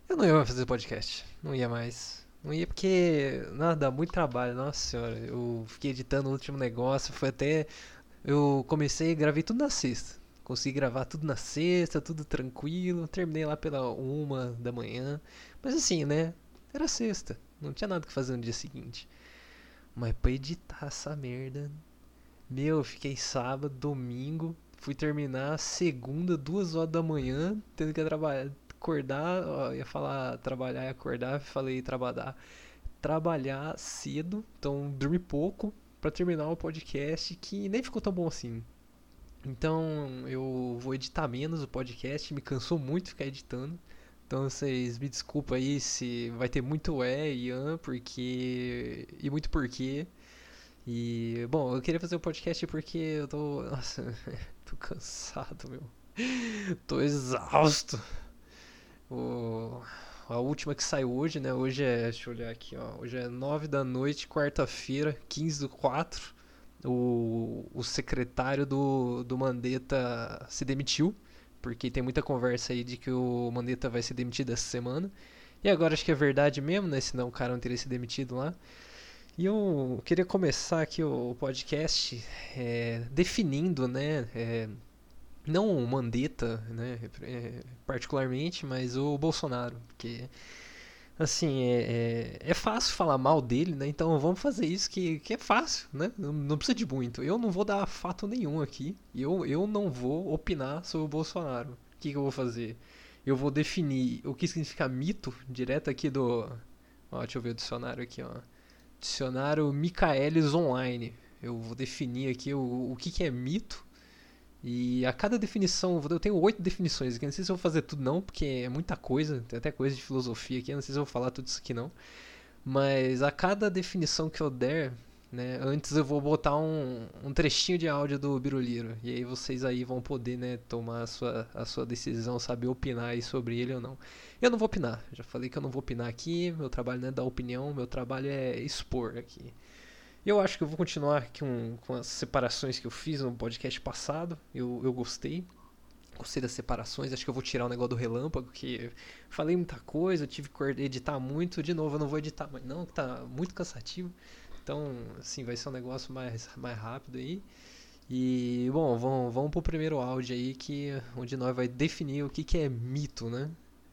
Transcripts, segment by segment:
Eu não ia mais fazer podcast. Não ia mais. Não ia porque, não, dá muito trabalho, nossa senhora. Eu fiquei editando o último negócio, foi até. Eu comecei e gravei tudo na sexta. Consegui gravar tudo na sexta, tudo tranquilo. Terminei lá pela 1 da manhã. Mas assim, né? Era sexta. Não tinha nada que fazer no dia seguinte. Mas pra editar essa merda. Meu, eu fiquei sábado, domingo. Fui terminar segunda, 2 horas da manhã, tendo que trabalhar, acordar, ó, ia falar trabalhar e acordar, falei trabalhar cedo, então dormi pouco pra terminar o podcast que nem ficou tão bom assim. Então eu vou editar menos o podcast, me cansou muito ficar editando. Então vocês me desculpa aí se vai ter muito e an, porque e muito porquê. E bom, eu queria fazer o podcast porque eu tô, nossa, tô cansado, meu. Tô exausto. O, a última que saiu hoje, né? Hoje é, deixa eu olhar aqui, ó. Hoje é 9 da noite, quarta-feira, 15/4. O secretário do Mandetta se demitiu, porque tem muita conversa aí de que o Mandetta vai ser demitido essa semana. E agora acho que é verdade mesmo, né? Senão o cara não teria se demitido lá. E eu queria começar aqui o podcast definindo, né? Não o Mandetta, né, particularmente, mas o Bolsonaro, porque assim é fácil falar mal dele, né? Então vamos fazer isso que é fácil, né? Não precisa de muito. Eu não vou dar fato nenhum aqui. Eu não vou opinar sobre o Bolsonaro. O que eu vou fazer? Eu vou definir o que significa mito direto aqui do. Ó, deixa eu ver o dicionário aqui, ó. Dicionário Michaelis Online. Eu vou definir aqui o que é mito. E a cada definição, eu tenho 8 definições aqui. Não sei se eu vou fazer tudo não, porque é muita coisa. Tem até coisa de filosofia aqui. Não sei se eu vou falar tudo isso aqui não. Mas a cada definição que eu der, né, antes eu vou botar um trechinho de áudio do Biruliro. E aí vocês aí vão poder, né, tomar a sua decisão, saber opinar aí sobre ele ou não. Eu não vou opinar. Já falei que eu não vou opinar aqui. Meu trabalho não é dar opinião. Meu trabalho é expor aqui. Eu acho que eu vou continuar aqui com as separações que eu fiz no podcast passado. Eu gostei. Gostei das separações. Acho que eu vou tirar o negócio do relâmpago, que falei muita coisa, eu tive que editar muito. De novo, eu não vou editar mais, não, que tá muito cansativo. Então, assim, vai ser um negócio mais rápido aí. E, bom, vamos pro primeiro áudio aí, onde nós vai definir o que é mito, né?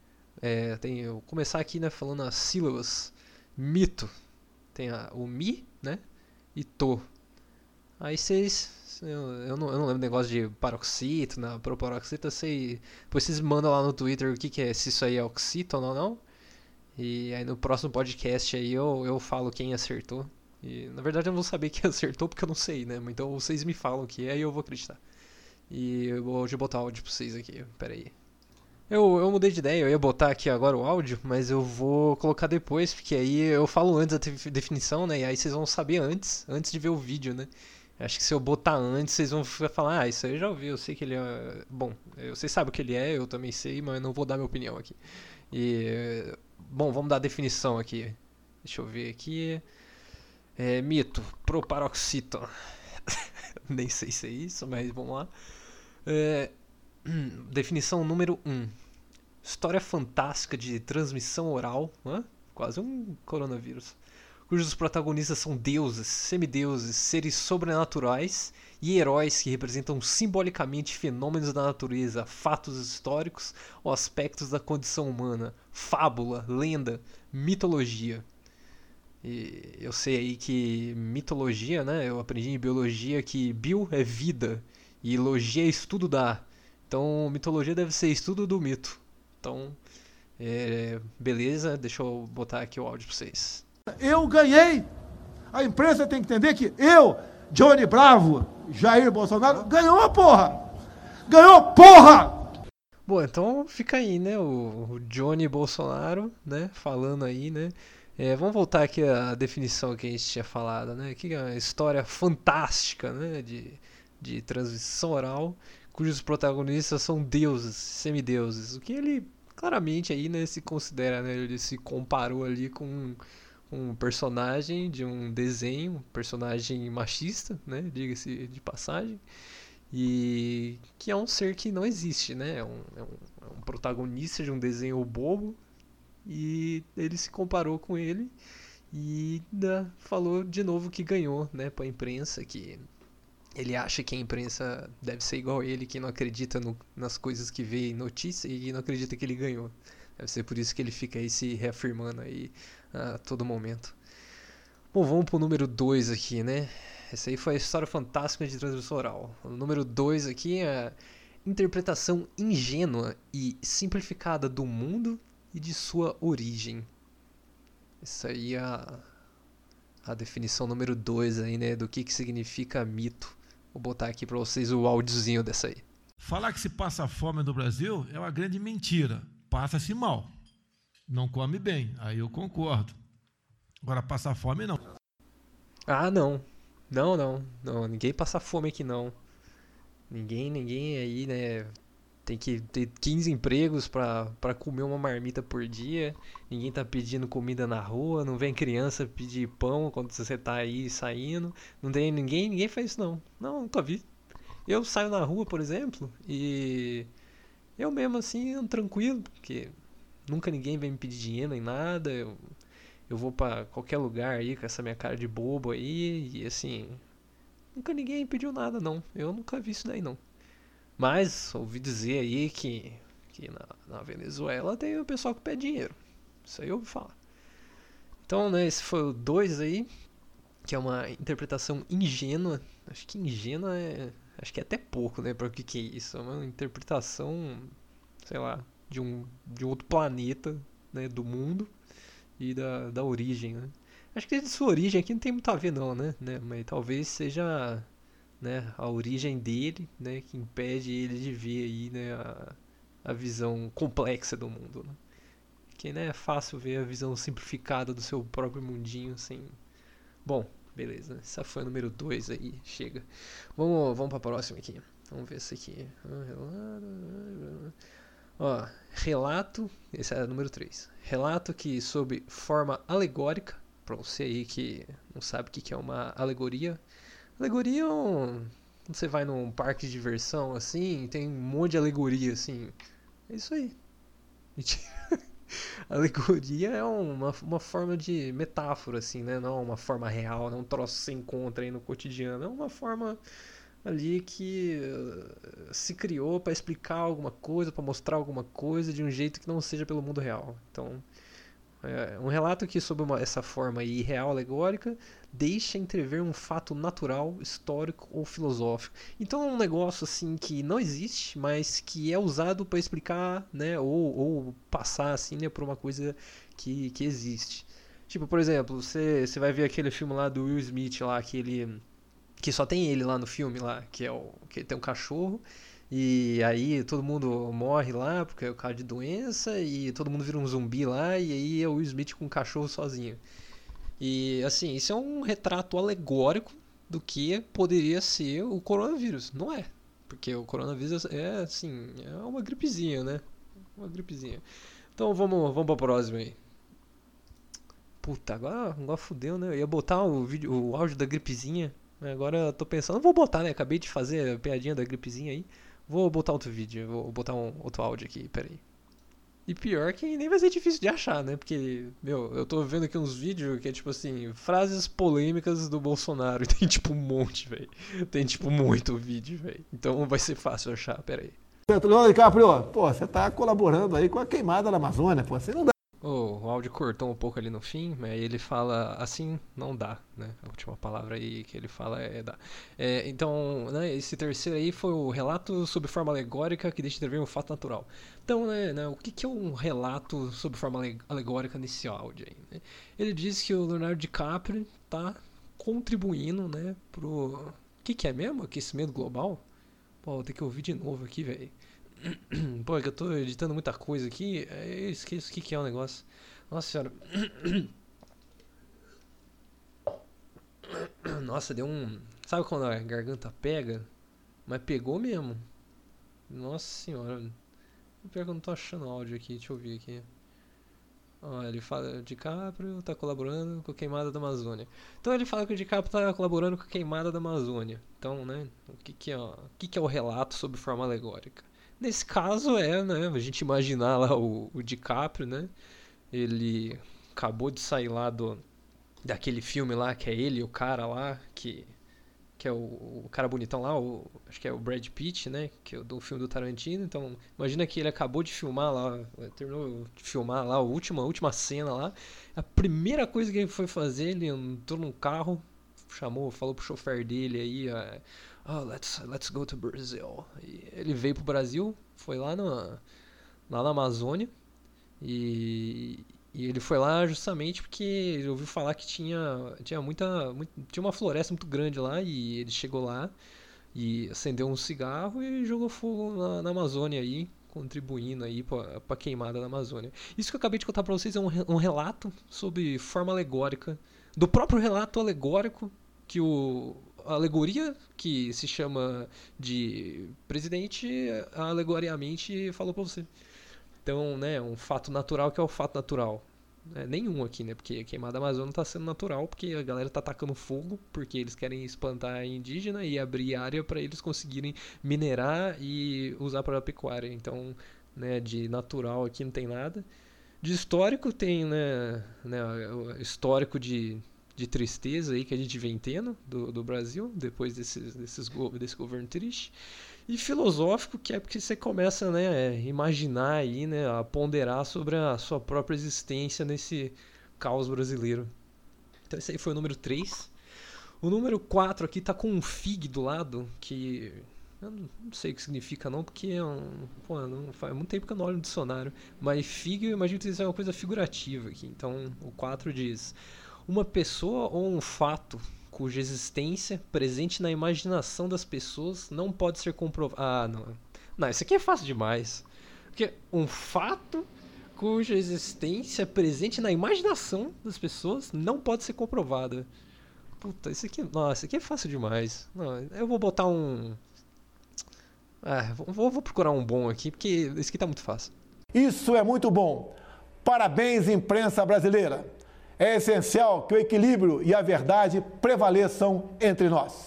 Eu vou começar aqui, né, falando as sílabas. Mito. Tem o mi, né? E to. Aí vocês. Eu não lembro do negócio de paroxítono, proparoxítona, eu sei. Depois vocês mandam lá no Twitter o que é, se isso aí é oxítono ou não. E aí no próximo podcast aí eu falo quem acertou. E na verdade eu não vou saber quem acertou porque eu não sei, né? Então vocês me falam o que é e eu vou acreditar. E eu vou botar áudio pra vocês aqui, pera aí. Eu mudei de ideia, eu ia botar aqui agora o áudio, mas eu vou colocar depois, porque aí eu falo antes da definição, né? E aí vocês vão saber antes de ver o vídeo, né? Acho que se eu botar antes, vocês vão falar, isso aí eu já ouvi, eu sei que ele é. Bom, vocês sabem o que ele é, eu também sei, mas eu não vou dar minha opinião aqui. E. Bom, vamos dar a definição aqui. Deixa eu ver aqui. Mito, proparoxítono. Nem sei se é isso, mas vamos lá. É, definição número 1. História fantástica de transmissão oral, quase um coronavírus, cujos protagonistas são deuses, semideuses, seres sobrenaturais e heróis que representam simbolicamente fenômenos da natureza, fatos históricos ou aspectos da condição humana, fábula, lenda, mitologia. E eu sei aí que mitologia, né? Eu aprendi em biologia que bio é vida e logia é estudo da. Então, mitologia deve ser estudo do mito. Então, beleza, deixa eu botar aqui o áudio pra vocês. Eu ganhei. A imprensa tem que entender que eu, Johnny Bravo, Jair Bolsonaro, ganhou, porra! Ganhou, porra! Bom, então fica aí, né? O Johnny Bolsonaro, né? Falando aí, né? Vamos voltar aqui à definição que a gente tinha falado, né? Que é uma história fantástica, né? De transmissão oral, cujos protagonistas são deuses, semideuses. O que ele claramente aí, né? Se considera, né? Ele se comparou ali com um personagem de um desenho, um personagem machista, né? Diga-se de passagem. E que é um ser que não existe, né? É um protagonista de um desenho bobo e ele se comparou com ele e falou de novo que ganhou, né, pra imprensa, que ele acha que a imprensa deve ser igual a ele, que não acredita nas coisas que vê em notícia e não acredita que ele ganhou. Deve ser por isso que ele fica aí se reafirmando aí a todo momento. Bom, vamos pro número 2 aqui, né? Essa aí foi a história fantástica de transmissão oral. O número 2 aqui é a interpretação ingênua e simplificada do mundo e de sua origem. Essa aí é a definição número 2 aí, né? Do que significa mito. Vou botar aqui pra vocês o áudiozinho dessa aí. Falar que se passa fome no Brasil é uma grande mentira. Passa-se mal. Não come bem. Aí eu concordo. Agora, passar fome, não. Ah, não. Não. Ninguém passa fome aqui, não. Ninguém aí, né? Tem que ter 15 empregos pra comer uma marmita por dia. Ninguém tá pedindo comida na rua. Não vem criança pedir pão quando você tá aí saindo. Não tem ninguém faz isso, não. Não, nunca vi. Eu saio na rua, por exemplo, e eu mesmo assim ando tranquilo, porque nunca ninguém vem me pedir dinheiro nem nada. Eu vou pra qualquer lugar aí com essa minha cara de bobo aí e assim, nunca ninguém pediu nada, não. Eu nunca vi isso daí, não. Mas ouvi dizer aí que na Venezuela tem o pessoal que pede dinheiro. Isso aí eu ouvi falar. Então, né, esse foi o 2 aí, que é uma interpretação ingênua. Acho que ingênua acho que é até pouco, né, pra o que é isso. É uma interpretação, sei lá, de outro planeta, né, do mundo e da origem, né. Acho que de sua origem aqui não tem muito a ver não, né, mas talvez seja, né, a origem dele, né, que impede ele de ver aí, né, a visão complexa do mundo, né. Que, né, é fácil ver a visão simplificada do seu próprio mundinho sem... Bom, beleza, essa foi a número 2 aí, chega. Vamos pra próxima aqui. Vamos ver esse aqui. Ó, relato, esse é o número 3. Relato que sob forma alegórica, pra você aí que não sabe o que é uma alegoria. Alegoria é quando você vai num parque de diversão assim, tem um monte de alegoria assim. É isso aí. Alegoria é uma forma de metáfora, assim, né? Não é uma forma real, não é um troço que você encontra aí no cotidiano. É uma forma ali que se criou para explicar alguma coisa, para mostrar alguma coisa de um jeito que não seja pelo mundo real. Então, é um relato que, sob essa forma aí real alegórica, deixa entrever um fato natural, histórico ou filosófico. Então é um negócio assim que não existe, mas que é usado para explicar, né, ou passar assim, né, por uma coisa que existe. Tipo, por exemplo, você vai ver aquele filme lá do Will Smith lá, que só tem ele lá no filme lá, que tem um cachorro. E aí todo mundo morre lá porque é o caso de doença e todo mundo vira um zumbi lá e aí é o Will Smith com um cachorro sozinho. E assim, isso é um retrato alegórico do que poderia ser o coronavírus. Não é. Porque o coronavírus é assim, é uma gripezinha, né? Uma gripezinha. Então vamos pra próxima aí. Puta, agora fudeu, né? Eu ia botar o áudio da gripezinha. Agora eu tô pensando, não vou botar, né? Acabei de fazer a piadinha da gripezinha aí. Vou botar outro vídeo, vou botar outro áudio aqui, peraí. E pior que nem vai ser difícil de achar, né? Porque, meu, eu tô vendo aqui uns vídeos que é tipo assim, frases polêmicas do Bolsonaro. E tem tipo um monte, velho. Tem tipo muito vídeo, velho. Então vai ser fácil achar, peraí. Leonardo DiCaprio, pô, você tá colaborando aí com a queimada da Amazônia, pô, você não dá. O áudio cortou um pouco ali no fim, mas ele fala assim, não dá, né? A última palavra aí que ele fala é dá. Então, né, esse terceiro aí foi o relato sob forma alegórica que deixa de ver um fato natural. Então, né, o que é um relato sob forma alegórica nesse áudio aí, né? Ele diz que o Leonardo DiCaprio tá contribuindo, né, pro... O que é mesmo? Aquecimento global? Pô, vou ter que ouvir de novo aqui, velho. Pô, é que eu tô editando muita coisa aqui, eu esqueço o que é o negócio. Nossa senhora. Nossa, deu um... Sabe quando a garganta pega? Mas pegou mesmo. Nossa senhora. Pior que eu não tô achando áudio aqui, deixa eu ver aqui. Ó, ele fala, DiCaprio tá colaborando com a queimada da Amazônia. Então ele fala que o DiCaprio tá colaborando com a queimada da Amazônia. Então, né, o que é o relato sob forma alegórica? Nesse caso né, a gente imaginar lá o DiCaprio, né, Ele acabou de sair lá daquele filme lá, que é ele, o cara lá, que é o cara bonitão lá, acho que é o Brad Pitt, né? Que é do filme do Tarantino. Então, imagina que ele acabou de filmar lá, terminou de filmar lá a última cena lá. A primeira coisa que ele foi fazer, ele entrou num carro, falou pro chofer dele aí, let's go to Brazil. E ele veio pro Brasil, foi lá na Amazônia e ele foi lá justamente porque ele ouviu falar que tinha uma floresta muito grande lá e ele chegou lá e acendeu um cigarro e jogou fogo na Amazônia aí, contribuindo aí pra queimada da Amazônia. Isso que eu acabei de contar pra vocês é um relato sobre forma alegórica, do próprio relato alegórico que a alegoria que se chama de presidente alegoriamente falou pra você. Então, né, um fato natural que é o fato natural. Nenhum aqui, né? Porque a queimada da Amazônia tá sendo natural, porque a galera tá atacando fogo, porque eles querem espantar a indígena e abrir área para eles conseguirem minerar e usar para a pecuária. Então, né, de natural aqui não tem nada. De histórico tem, né o histórico de tristeza aí que a gente vem tendo do Brasil, depois desse governo triste. E filosófico, que é porque você começa, né, a imaginar aí, né, a ponderar sobre a sua própria existência nesse caos brasileiro. Então esse aí foi o número 3. O número 4 aqui tá com um fig do lado, que eu não sei o que significa não, porque não faz muito tempo que eu não olho no dicionário. Mas fig eu imagino que isso é uma coisa figurativa aqui. Então o 4 diz: uma pessoa ou um fato cuja existência, presente na imaginação das pessoas, não pode ser comprovada. Ah, não. Não, isso aqui é fácil demais. Porque um fato cuja existência, presente na imaginação das pessoas, não pode ser comprovada. Puta, Nossa, isso aqui é fácil demais. Não, eu vou botar um. Vou procurar um bom aqui, porque esse aqui tá muito fácil. Isso é muito bom. Parabéns, imprensa brasileira. É essencial que o equilíbrio e a verdade prevaleçam entre nós.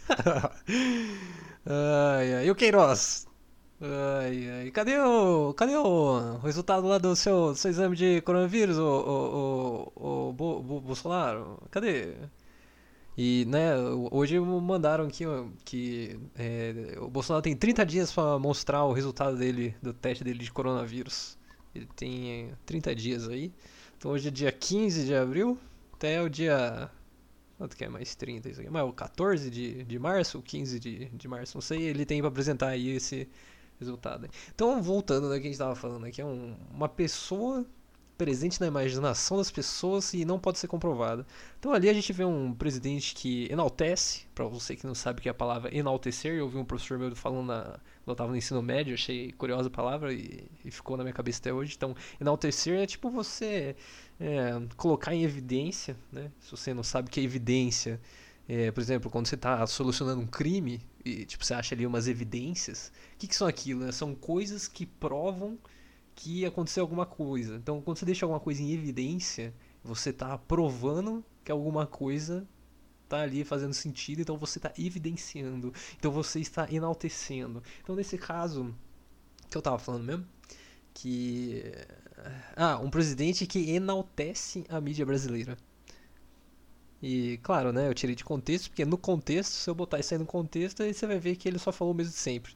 E o Queiroz? Cadê o resultado lá do seu exame de coronavírus, o Bolsonaro? Cadê? E, né, hoje mandaram aqui que o Bolsonaro tem 30 dias para mostrar o resultado do teste dele de coronavírus. Ele tem 30 dias aí. Então hoje é dia 15 de abril, até o dia... Quanto que é mais 30 isso aqui? Mas o 14 de março, o 15 de março, não sei, ele tem para apresentar aí esse resultado. Então, voltando do que a gente estava falando aqui, é uma pessoa presente na imaginação das pessoas e não pode ser comprovada. Então ali a gente vê um presidente que enaltece, para você que não sabe o que é a palavra enaltecer, eu ouvi um professor meu falando quando eu estava no ensino médio, achei curiosa a palavra e ficou na minha cabeça até hoje. Então, enaltecer é tipo você colocar em evidência, né? Se você não sabe o que é evidência, por exemplo, quando você está solucionando um crime e tipo, você acha ali umas evidências, o que são aquilo? Né? São coisas que provam que aconteceu alguma coisa. Então, quando você deixa alguma coisa em evidência, você está provando que alguma coisa está ali fazendo sentido, então você está evidenciando, então você está enaltecendo. Então, nesse caso, que eu estava falando mesmo, que um presidente que enaltece a mídia brasileira. E, claro, né, eu tirei de contexto, porque no contexto, se eu botar isso aí no contexto, aí você vai ver que ele só falou o mesmo de sempre.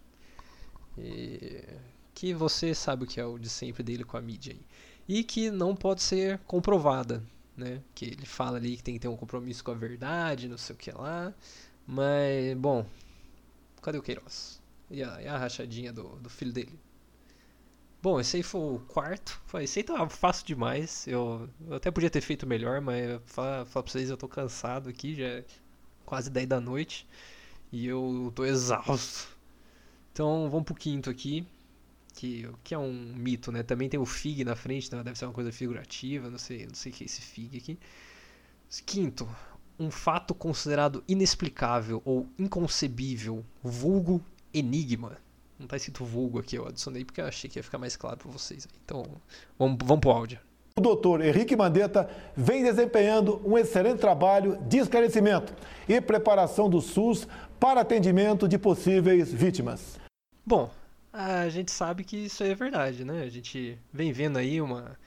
Que você sabe o que é o de sempre dele com a mídia aí. E que não pode ser comprovada, né? Que ele fala ali que tem que ter um compromisso com a verdade, não sei o que lá. Mas, bom, cadê o Queiroz? E a rachadinha do filho dele? Bom, esse aí foi o quarto. Esse aí tava fácil demais. Eu até podia ter feito melhor, mas falar pra vocês, eu tô cansado aqui, já é quase 10 da noite. E eu tô exausto. Então, vamos pro quinto aqui. Que é um mito, né? Também tem o fig na frente, então deve ser uma coisa figurativa, não sei o que é esse fig aqui. Quinto, um fato considerado inexplicável ou inconcebível, vulgo enigma. Não tá escrito vulgo aqui, eu adicionei porque eu achei que ia ficar mais claro para vocês. Então, vamos pro áudio. O doutor Henrique Mandetta vem desempenhando um excelente trabalho de esclarecimento e preparação do SUS para atendimento de possíveis vítimas. Bom, a gente sabe que isso é verdade, né? A gente vem vendo aí uma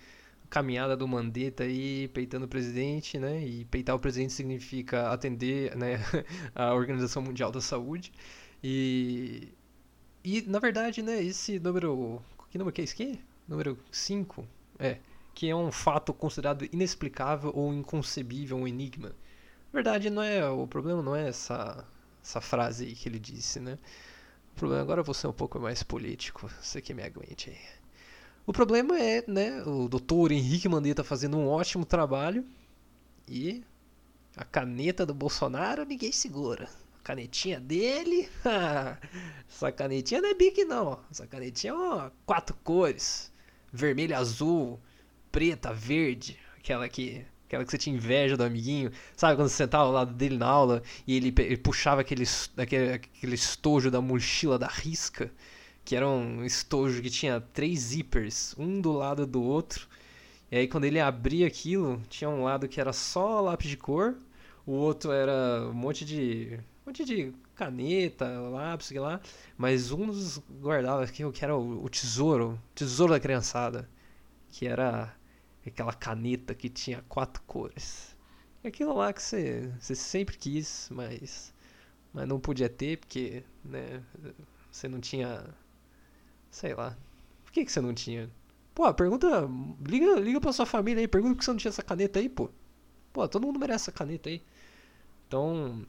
caminhada do Mandetta aí, peitando o presidente, né? E peitar o presidente significa atender, né, a Organização Mundial da Saúde. E, na verdade, né, esse número... Que número que é esse aqui? Número 5? Que é um fato considerado inexplicável ou inconcebível, um enigma. Na verdade, o problema não é essa frase aí que ele disse, né? O problema agora eu vou ser um pouco mais político, você que me aguente aí. O problema é, né, o doutor Henrique Mandetta fazendo um ótimo trabalho e a caneta do Bolsonaro ninguém segura. A canetinha dele, essa canetinha não é Bic não, essa canetinha é 4 cores, vermelho, azul, preta, verde, aquela que você tinha inveja do amiguinho, sabe quando você sentava ao lado dele na aula e ele puxava aquele estojo da mochila da Risca, que era um estojo que tinha 3 zippers, um do lado do outro, e aí quando ele abria aquilo, tinha um lado que era só lápis de cor, o outro era um monte de caneta, lápis, sei lá, mas um dos guardava aquilo que era o tesouro da criançada, que era aquela caneta que tinha 4 cores. Aquilo lá que você sempre quis, mas não podia ter, porque, né, você não tinha... Sei lá. Por que você não tinha? Pô, pergunta... Liga pra sua família aí, pergunta por que você não tinha essa caneta aí, pô. Pô, todo mundo merece essa caneta aí. Então...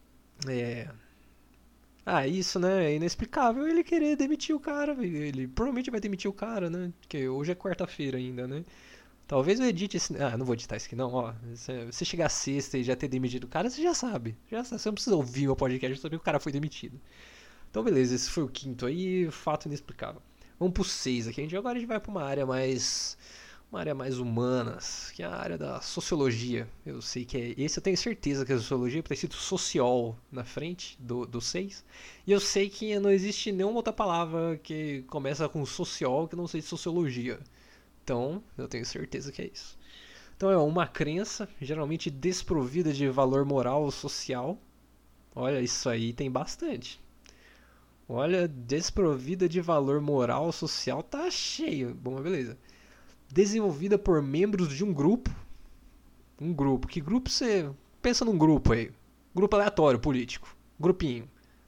isso, né, é inexplicável ele querer demitir o cara. Ele provavelmente vai demitir o cara, né? Porque hoje é quarta-feira ainda, né? Talvez eu edite esse... não vou editar isso aqui não, ó. Se chegar sexta e já ter demitido o cara, você já sabe. Você não precisa ouvir o podcast pra saber que o cara foi demitido. Então beleza, esse foi o 5º aí, fato inexplicável. Vamos pro 6 aqui, agora a gente vai pra uma área mais humanas, que é a área da sociologia. Eu sei que é esse, eu tenho certeza que é sociologia, porque tá escrito social na frente do 6. E eu sei que não existe nenhuma outra palavra que começa com social que não seja sociologia. Então, eu tenho certeza que é isso. Então é uma crença, geralmente desprovida de valor moral ou social. Olha, isso aí tem bastante. Olha, desprovida de valor moral ou social tá cheio. Bom, mas beleza. Desenvolvida por membros de um grupo. Um grupo. Que grupo você... Pensa num grupo aí. Grupo aleatório, político. Grupinho.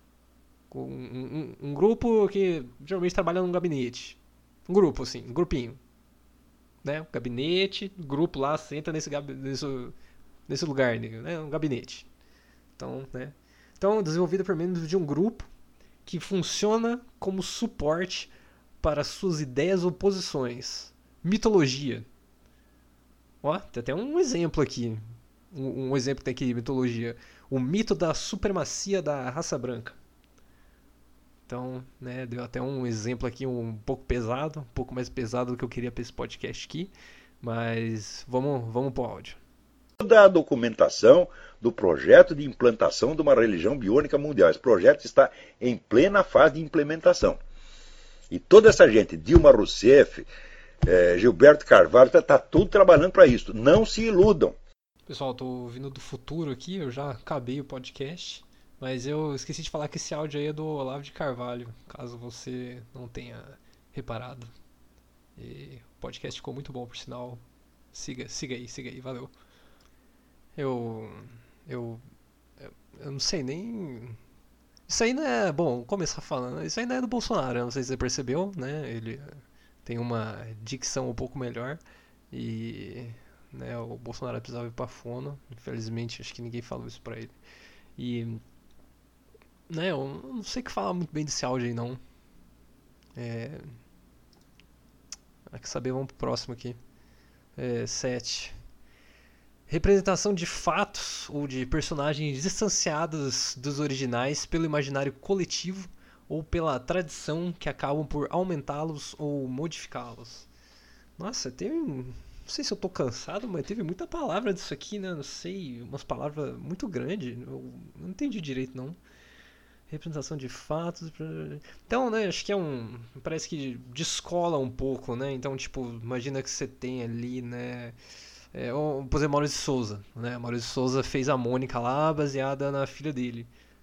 Um grupo que geralmente trabalha num gabinete. Um grupo, assim. Um grupinho. Né? Gabinete, grupo lá, senta nesse lugar, né? Um gabinete. Então, né? Então, desenvolvida por membros de um grupo que funciona como suporte para suas ideias ou posições. Mitologia. Ó, tem até um exemplo aqui. Um exemplo que tem aqui de mitologia. O mito da supremacia da raça branca. Então, né, deu até um exemplo aqui um pouco pesado, um pouco mais pesado do que eu queria para esse podcast aqui, mas vamos pro áudio. Toda a documentação do projeto de implantação de uma religião biônica mundial. Esse projeto está em plena fase de implementação. E toda essa gente, Dilma Rousseff, Gilberto Carvalho, está tudo trabalhando para isso. Não se iludam. Pessoal, estou vindo do futuro aqui, eu já acabei o podcast. Mas eu esqueci de falar que esse áudio aí é do Olavo de Carvalho, caso você não tenha reparado. E o podcast ficou muito bom, por sinal. Siga aí, valeu. Eu não sei nem... Isso aí não é... Bom, vou começar falando. Isso aí não é do Bolsonaro, não sei se você percebeu, né? Ele tem uma dicção um pouco melhor. E... né, o Bolsonaro precisava ir pra fono. Infelizmente, acho que ninguém falou isso pra ele. E... né, eu não sei o que falar muito bem desse áudio aí, não. Quer saber, vamos pro próximo aqui. 7. Representação de fatos ou de personagens distanciados dos originais pelo imaginário coletivo ou pela tradição que acabam por aumentá-los ou modificá-los. Nossa, não sei se eu tô cansado, mas teve muita palavra disso aqui, né? Não sei, umas palavras muito grandes. Eu não entendi direito, não. Representação de fatos. Então, né, acho que parece que descola um pouco, né? Então, tipo, imagina que você tem ali, né? Por exemplo, Maurício de Souza, né? Maurício de Souza fez a Mônica lá, baseada na filha dele.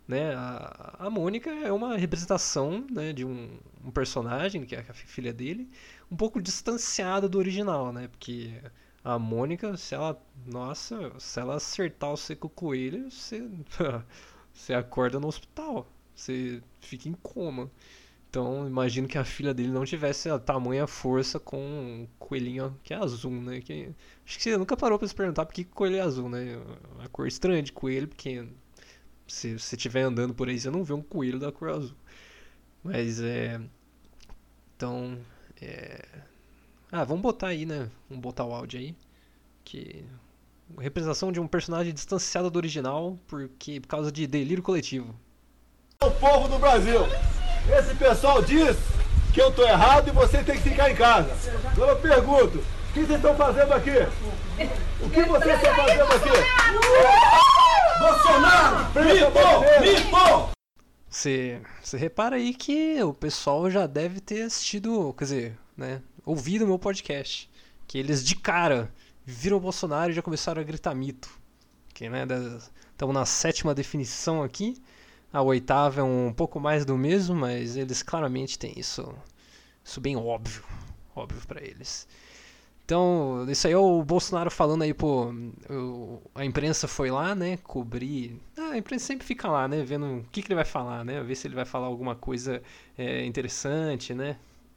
né? A Mônica é uma representação, né, de um personagem, que é a filha dele, um pouco distanciada do original, né? Porque a Mônica, se ela acertar você com o coelho, você acorda no hospital, você fica em coma. Então, imagino que a filha dele não tivesse a tamanha força com um coelhinho que é azul, né? Acho que você nunca parou pra se perguntar por que coelho é azul, né? A cor estranha de coelho, porque se você estiver andando por aí, você não vê um coelho da cor azul. Mas então. Vamos botar aí, né? Vamos botar o áudio aí. Que. Representação de um personagem distanciado do original por causa de delírio coletivo. O povo do Brasil. Esse pessoal diz que eu tô errado e você tem que ficar em casa. Então eu pergunto, o que vocês estão fazendo aqui? O que vocês estão fazendo aqui? Bolsonaro! Mito! Você repara aí que o pessoal já deve ter assistido, quer dizer, né, ouvido o meu podcast. Que eles de cara viram o Bolsonaro e já começaram a gritar mito. Que, né, estamos na 7ª definição aqui. A 8ª é um pouco mais do mesmo, mas eles claramente têm isso bem óbvio pra eles. Então, isso aí é o Bolsonaro falando aí, a imprensa foi lá, né, cobrir. A imprensa sempre fica lá, né, vendo o que ele vai falar, né, ver se ele vai falar alguma coisa interessante, né.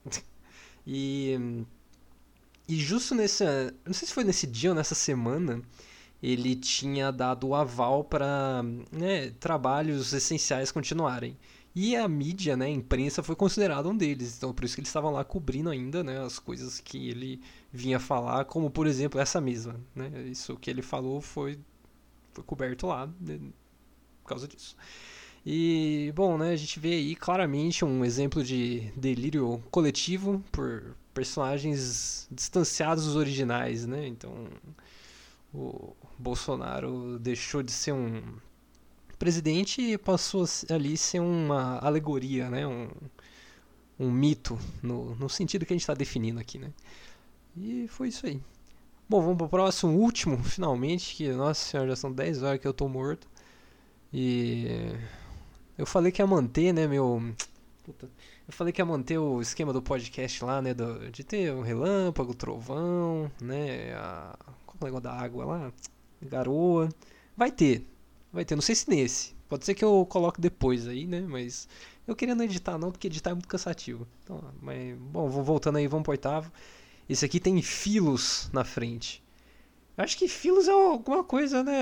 E justo não sei se foi nesse dia ou nessa semana, ele tinha dado o aval para, né, trabalhos essenciais continuarem. E a mídia, né, a imprensa, foi considerada um deles. Então, por isso que eles estavam lá cobrindo ainda, né, as coisas que ele vinha falar, como, por exemplo, essa mesma. Né, isso que ele falou foi coberto lá, né, por causa disso. E, bom, né, a gente vê aí claramente um exemplo de delírio coletivo por personagens distanciados dos originais, né? Então, o Bolsonaro deixou de ser um presidente e passou ali a ser uma alegoria, né? Um mito, no sentido que a gente está definindo aqui, né? E foi isso aí. Bom, vamos pro próximo, último, finalmente, que, nossa senhora, já são 10 horas que eu tô morto. E eu falei que ia manter, né, eu falei que ia manter o esquema do podcast lá, né, de ter um relâmpago, trovão, né, qual é o negócio da água lá? Garoa. Vai ter, não sei se nesse. Pode ser que eu coloque depois aí, né, mas eu queria não editar não, porque editar é muito cansativo. Então, mas, bom, voltando aí, vamos pro 8º. Esse aqui tem filos na frente. Eu acho que filos é alguma coisa, né,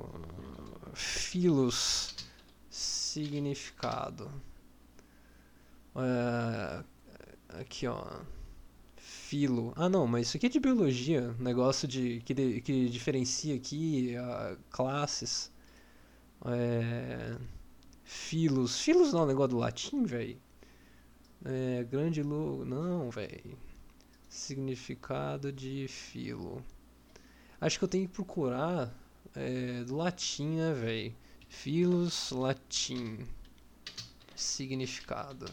filos, significado. Aqui, ó. Filo. Ah, não, mas isso aqui é de biologia. Negócio que diferencia aqui classes. Filos. Filos não é um negócio do latim, velho. Grande logo. Não, velho. Significado de filo. Acho que eu tenho que procurar do latim, né, velho? Filos, latim. Significado.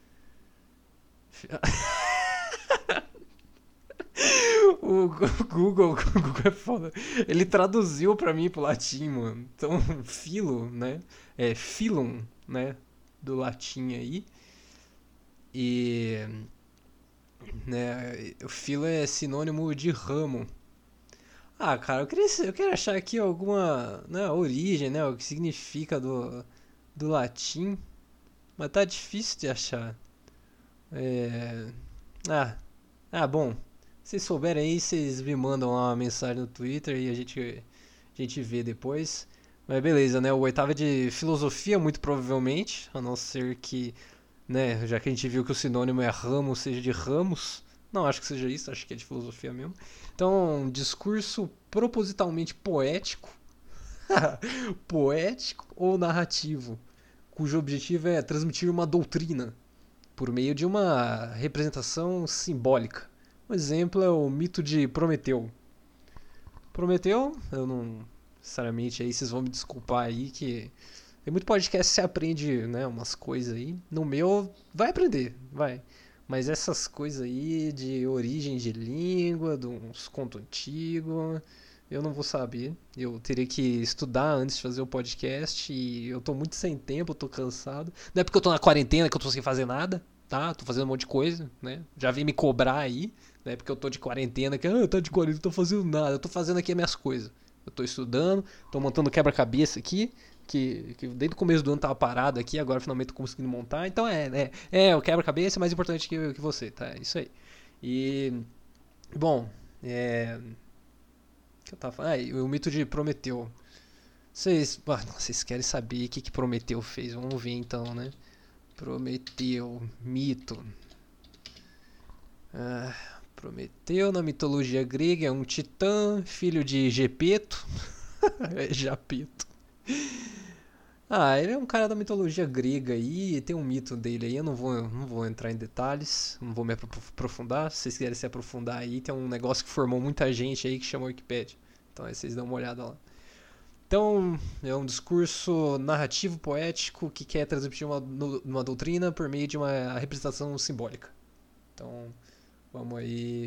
O Google é foda. Ele traduziu pra mim pro latim, mano. Então, filo, né? É filum, né? Do latim aí. E, né, o filo é sinônimo de ramo. Ah, cara, eu quero achar aqui alguma, né, origem, né? O que significa do latim. Mas tá difícil de achar. Bom. Se vocês souberem aí, vocês me mandam lá uma mensagem no Twitter e a gente vê depois. Mas beleza, né? O 8º é de filosofia, muito provavelmente. A não ser que, né, já que a gente viu que o sinônimo é ramo, seja de ramos. Não acho que seja isso, acho que é de filosofia mesmo. Então, um discurso propositalmente poético. Poético ou narrativo, cujo objetivo é transmitir uma doutrina por meio de uma representação simbólica. Um exemplo é o mito de Prometeu. Prometeu, eu não necessariamente, aí vocês vão me desculpar aí que tem muito podcast que você aprende, né, umas coisas aí. No meu, vai aprender, vai. Mas essas coisas aí de origem de língua, de uns contos antigos, Eu não vou saber. Eu teria que estudar antes de fazer o podcast e eu tô muito sem tempo, eu tô cansado. Não é porque eu tô na quarentena que eu tô sem fazer nada, tá? Tô fazendo um monte de coisa, né? Já vem me cobrar aí, né? Porque eu tô de quarentena, que tá de quarentena, não tô fazendo nada. Eu tô fazendo aqui as minhas coisas. Eu tô estudando, tô montando quebra-cabeça aqui, que desde o começo do ano tava parado aqui, agora finalmente tô conseguindo montar. Então o quebra-cabeça é mais importante que você, tá? É isso aí. E, bom, que eu tava falando? Ah, e o mito de Prometeu. Vocês querem saber o que Prometeu fez? Vamos ver então, né? Prometeu, mito. Prometeu na mitologia grega é um titã, filho de Gepeto. Japeto. Ele é um cara da mitologia grega aí, tem um mito dele aí, eu não vou entrar em detalhes, não vou me aprofundar. Se vocês quiserem se aprofundar aí, tem um negócio que formou muita gente aí que chama Wikipedia. Então aí vocês dão uma olhada lá. Então, é um discurso narrativo poético que quer transmitir uma doutrina por meio de uma representação simbólica. Então, vamos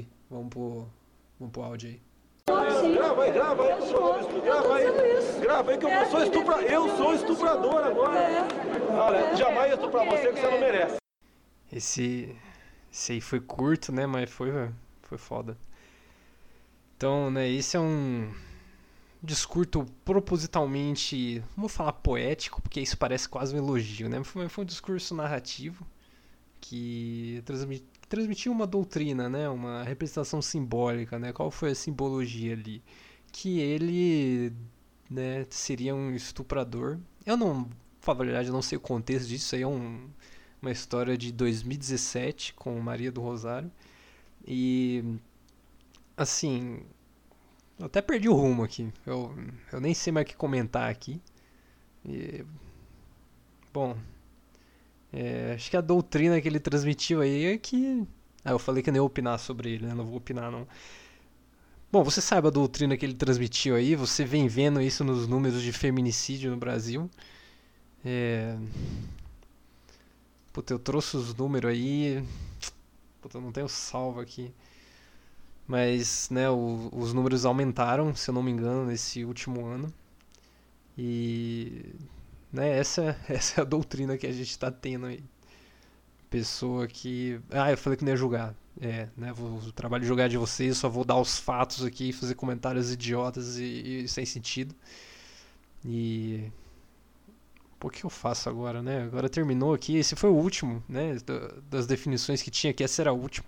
pro áudio aí. Grava aí, grava aí que eu sou estuprador agora. Olha, jamais estuprar você que você não merece. Esse aí foi curto, né, mas foi foda. Então, né, esse é um discurso propositalmente, não vou falar poético, porque isso parece quase um elogio, né? Foi um discurso narrativo que transmitiu uma doutrina, né? Uma representação simbólica, né? Qual foi a simbologia ali? Que ele, né, seria um estuprador. Eu não, pra falar a verdade, eu não sei o contexto disso. Isso aí é uma história de 2017 com Maria do Rosário. E, assim, eu até perdi o rumo aqui. Eu nem sei mais o que comentar aqui. E, bom, acho que a doutrina que ele transmitiu aí é que... eu falei que eu nem ia opinar sobre ele, né? Não vou opinar, não. Bom, você sabe a doutrina que ele transmitiu aí, você vem vendo isso nos números de feminicídio no Brasil. Puta, eu trouxe os números aí... Puta, eu não tenho salvo aqui. Mas, né, os números aumentaram, se eu não me engano, nesse último ano. E... né, essa é a doutrina que a gente tá tendo aí. Pessoa que... eu falei que não ia julgar. Né, o trabalho de julgar de vocês, só vou dar os fatos aqui e fazer comentários idiotas e sem sentido. E... pô, o que eu faço agora, né? Agora terminou aqui, esse foi o último, né, das definições que tinha aqui, essa era a última.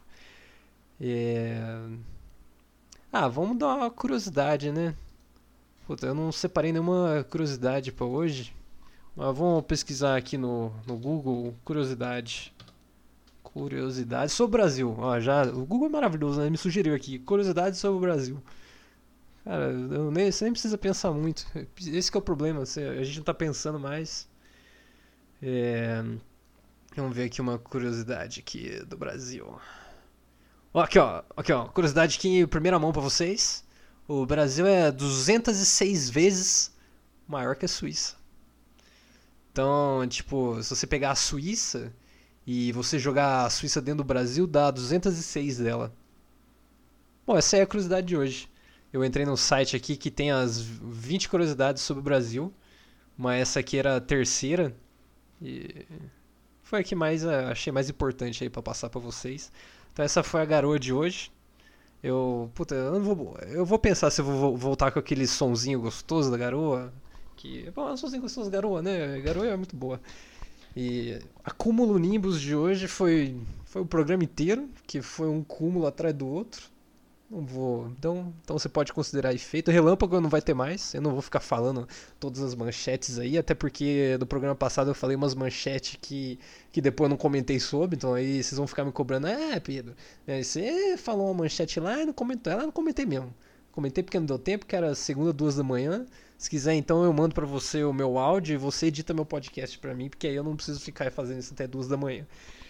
Vamos dar uma curiosidade, né? Puta, eu não separei nenhuma curiosidade pra hoje. Mas vamos pesquisar aqui no Google, curiosidade sobre o Brasil. O Google é maravilhoso, né? Ele me sugeriu aqui, curiosidade sobre o Brasil. Cara, você nem precisa pensar muito. Esse que é o problema, a gente não tá pensando mais. Vamos ver aqui uma curiosidade aqui do Brasil. Aqui, ó, curiosidade aqui em primeira mão pra vocês. O Brasil é 206 vezes maior que a Suíça. Então, tipo, se você pegar a Suíça e você jogar a Suíça dentro do Brasil, dá 206 dela. Bom, essa é a curiosidade de hoje. Eu entrei no site aqui que tem as 20 curiosidades sobre o Brasil, mas essa aqui era a terceira e foi a que achei mais importante aí pra passar pra vocês. Então essa foi a garoa de hoje. Eu vou pensar se eu vou voltar com aquele sonzinho gostoso da garoa. É um sonzinho gostoso da garoa, né? A garoa é muito boa. E a Cúmulo Nimbus de hoje foi o programa inteiro, que foi um cúmulo atrás do outro. Não vou. Então você pode considerar efeito. Relâmpago não vai ter mais. Eu não vou ficar falando todas as manchetes aí, até porque no programa passado eu falei umas manchetes que depois eu não comentei sobre. Então aí vocês vão ficar me cobrando. Pedro, você falou uma manchete lá e não comentou. Ela não comentei mesmo. Comentei porque não deu tempo, que era segunda, 2 da manhã. Se quiser, então eu mando pra você o meu áudio e você edita meu podcast pra mim, porque aí eu não preciso ficar fazendo isso até 2 da manhã.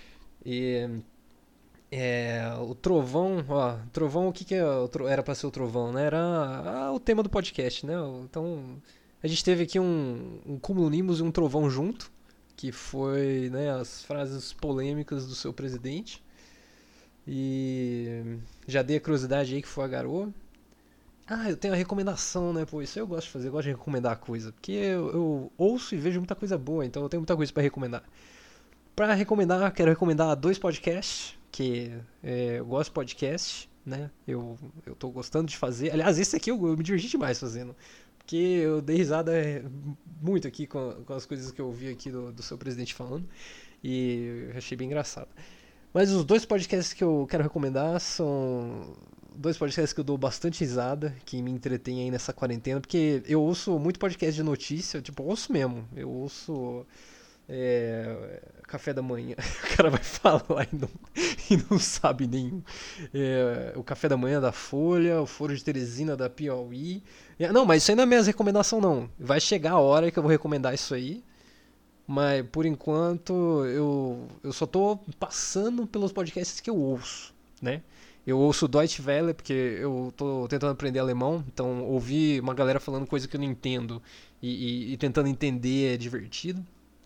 O trovão, trovão, o que era pra ser o trovão, né? Era o tema do podcast, né? Então, a gente teve aqui um cúmulo nimbus e um trovão junto, que foi, né, as frases polêmicas do seu presidente. E já dei a curiosidade aí que foi a garoa. eu tenho a recomendação, né? Pô, isso eu gosto de fazer, eu gosto de recomendar coisa. Porque eu ouço e vejo muita coisa boa, então eu tenho muita coisa pra recomendar. Pra recomendar, quero recomendar 2 podcasts, que eu gosto de podcast, né? Eu tô gostando de fazer. Aliás, esse aqui eu me diverti demais fazendo. Porque eu dei risada muito aqui com as coisas que eu ouvi aqui do seu presidente falando. E eu achei bem engraçado. Mas os 2 podcasts que eu quero recomendar são 2 podcasts que eu dou bastante risada, que me entretêm aí nessa quarentena, porque eu ouço muito podcast de notícia, tipo, eu ouço mesmo. Eu ouço Café da Manhã. O cara vai falar e não sabe nenhum. O Café da Manhã da Folha, o Foro de Teresina da Piauí. Não, mas isso aí não é minha recomendação, não. Vai chegar a hora que eu vou recomendar isso aí. Mas, por enquanto, eu só tô passando pelos podcasts que eu ouço, né? Eu ouço Deutsche Welle porque eu tô tentando aprender alemão, então ouvir uma galera falando coisa que eu não entendo e tentando entender é divertido.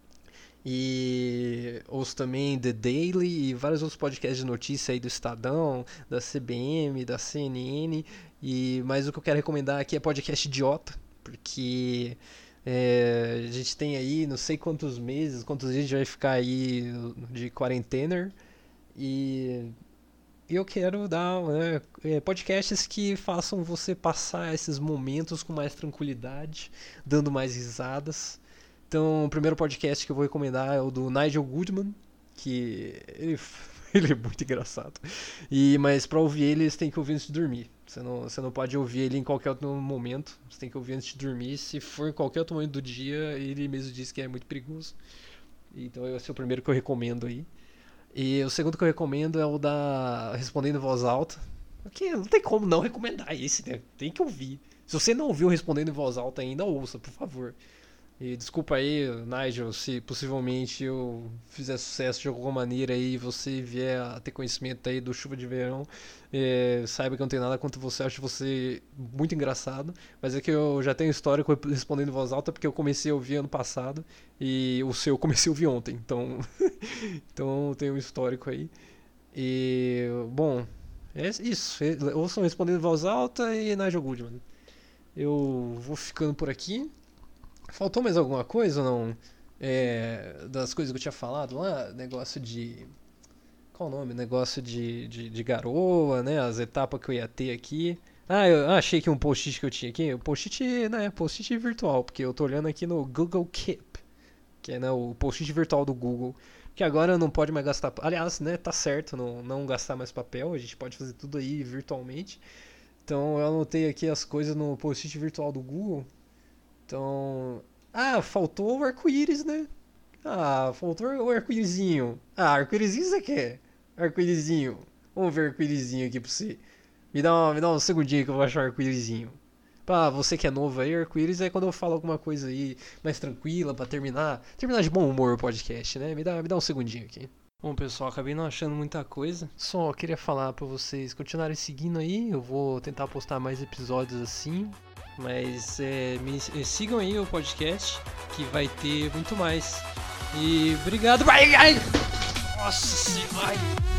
E ouço também The Daily e vários outros podcasts de notícia aí do Estadão, da CBM, da CNN. Mas o que eu quero recomendar aqui é podcast idiota, porque... a gente tem aí não sei quantos meses, quantos dias a gente vai ficar aí de quarentena e eu quero dar podcasts que façam você passar esses momentos com mais tranquilidade, dando mais risadas. Então o primeiro podcast que eu vou recomendar é o do Nigel Goodman, que ele é muito engraçado. Mas pra ouvir ele você tem que ouvir antes de dormir. Você não pode ouvir ele em qualquer outro momento. Você tem que ouvir antes de dormir. Se for em qualquer outro momento do dia, ele mesmo diz que é muito perigoso. Então esse é o primeiro que eu recomendo aí. E o segundo que eu recomendo é o da Respondendo em Voz Alta. Porque não tem como não recomendar esse, né? Tem que ouvir. Se você não ouviu Respondendo em Voz Alta ainda, ouça, por favor. E desculpa aí, Nigel, se possivelmente eu fizer sucesso de alguma maneira aí e você vier a ter conhecimento aí do Chuva de Verão, saiba que eu não tenho nada contra você, acho você muito engraçado, mas é que eu já tenho história respondendo em voz alta porque eu comecei a ouvir ano passado e o seu eu comecei a ouvir ontem, então então eu tenho um histórico aí. E, bom, é isso, ouçam Respondendo em Voz Alta e Nigel Goodman. Eu vou ficando por aqui. Faltou mais alguma coisa ou não? Das coisas que eu tinha falado lá, negócio de... Qual o nome? Negócio de garoa, né? As etapas que eu ia ter aqui. Eu achei que um post-it que eu tinha aqui. O post-it, né? Post-it virtual, porque eu tô olhando aqui no Google Keep, que é, né, o post-it virtual do Google. Que agora não pode mais gastar... Aliás, né? Tá certo não gastar mais papel. A gente pode fazer tudo aí virtualmente. Então eu anotei aqui as coisas no post-it virtual do Google. Então... faltou o arco-íris, né? Faltou o arco-írisinho. Arco-írisinho você quer? Arco-írisinho. Vamos ver o arco-írisinho aqui pra você. Me dá um segundinho que eu vou achar o arco-írisinho. Pra você que é novo aí, arco-íris é quando eu falo alguma coisa aí mais tranquila pra terminar de bom humor o podcast, né? Me dá um segundinho aqui. Bom, pessoal, acabei não achando muita coisa. Só queria falar pra vocês continuarem seguindo aí. Eu vou tentar postar mais episódios assim. Mas me sigam aí o podcast, que vai ter muito mais. E obrigado. Nossa senhora.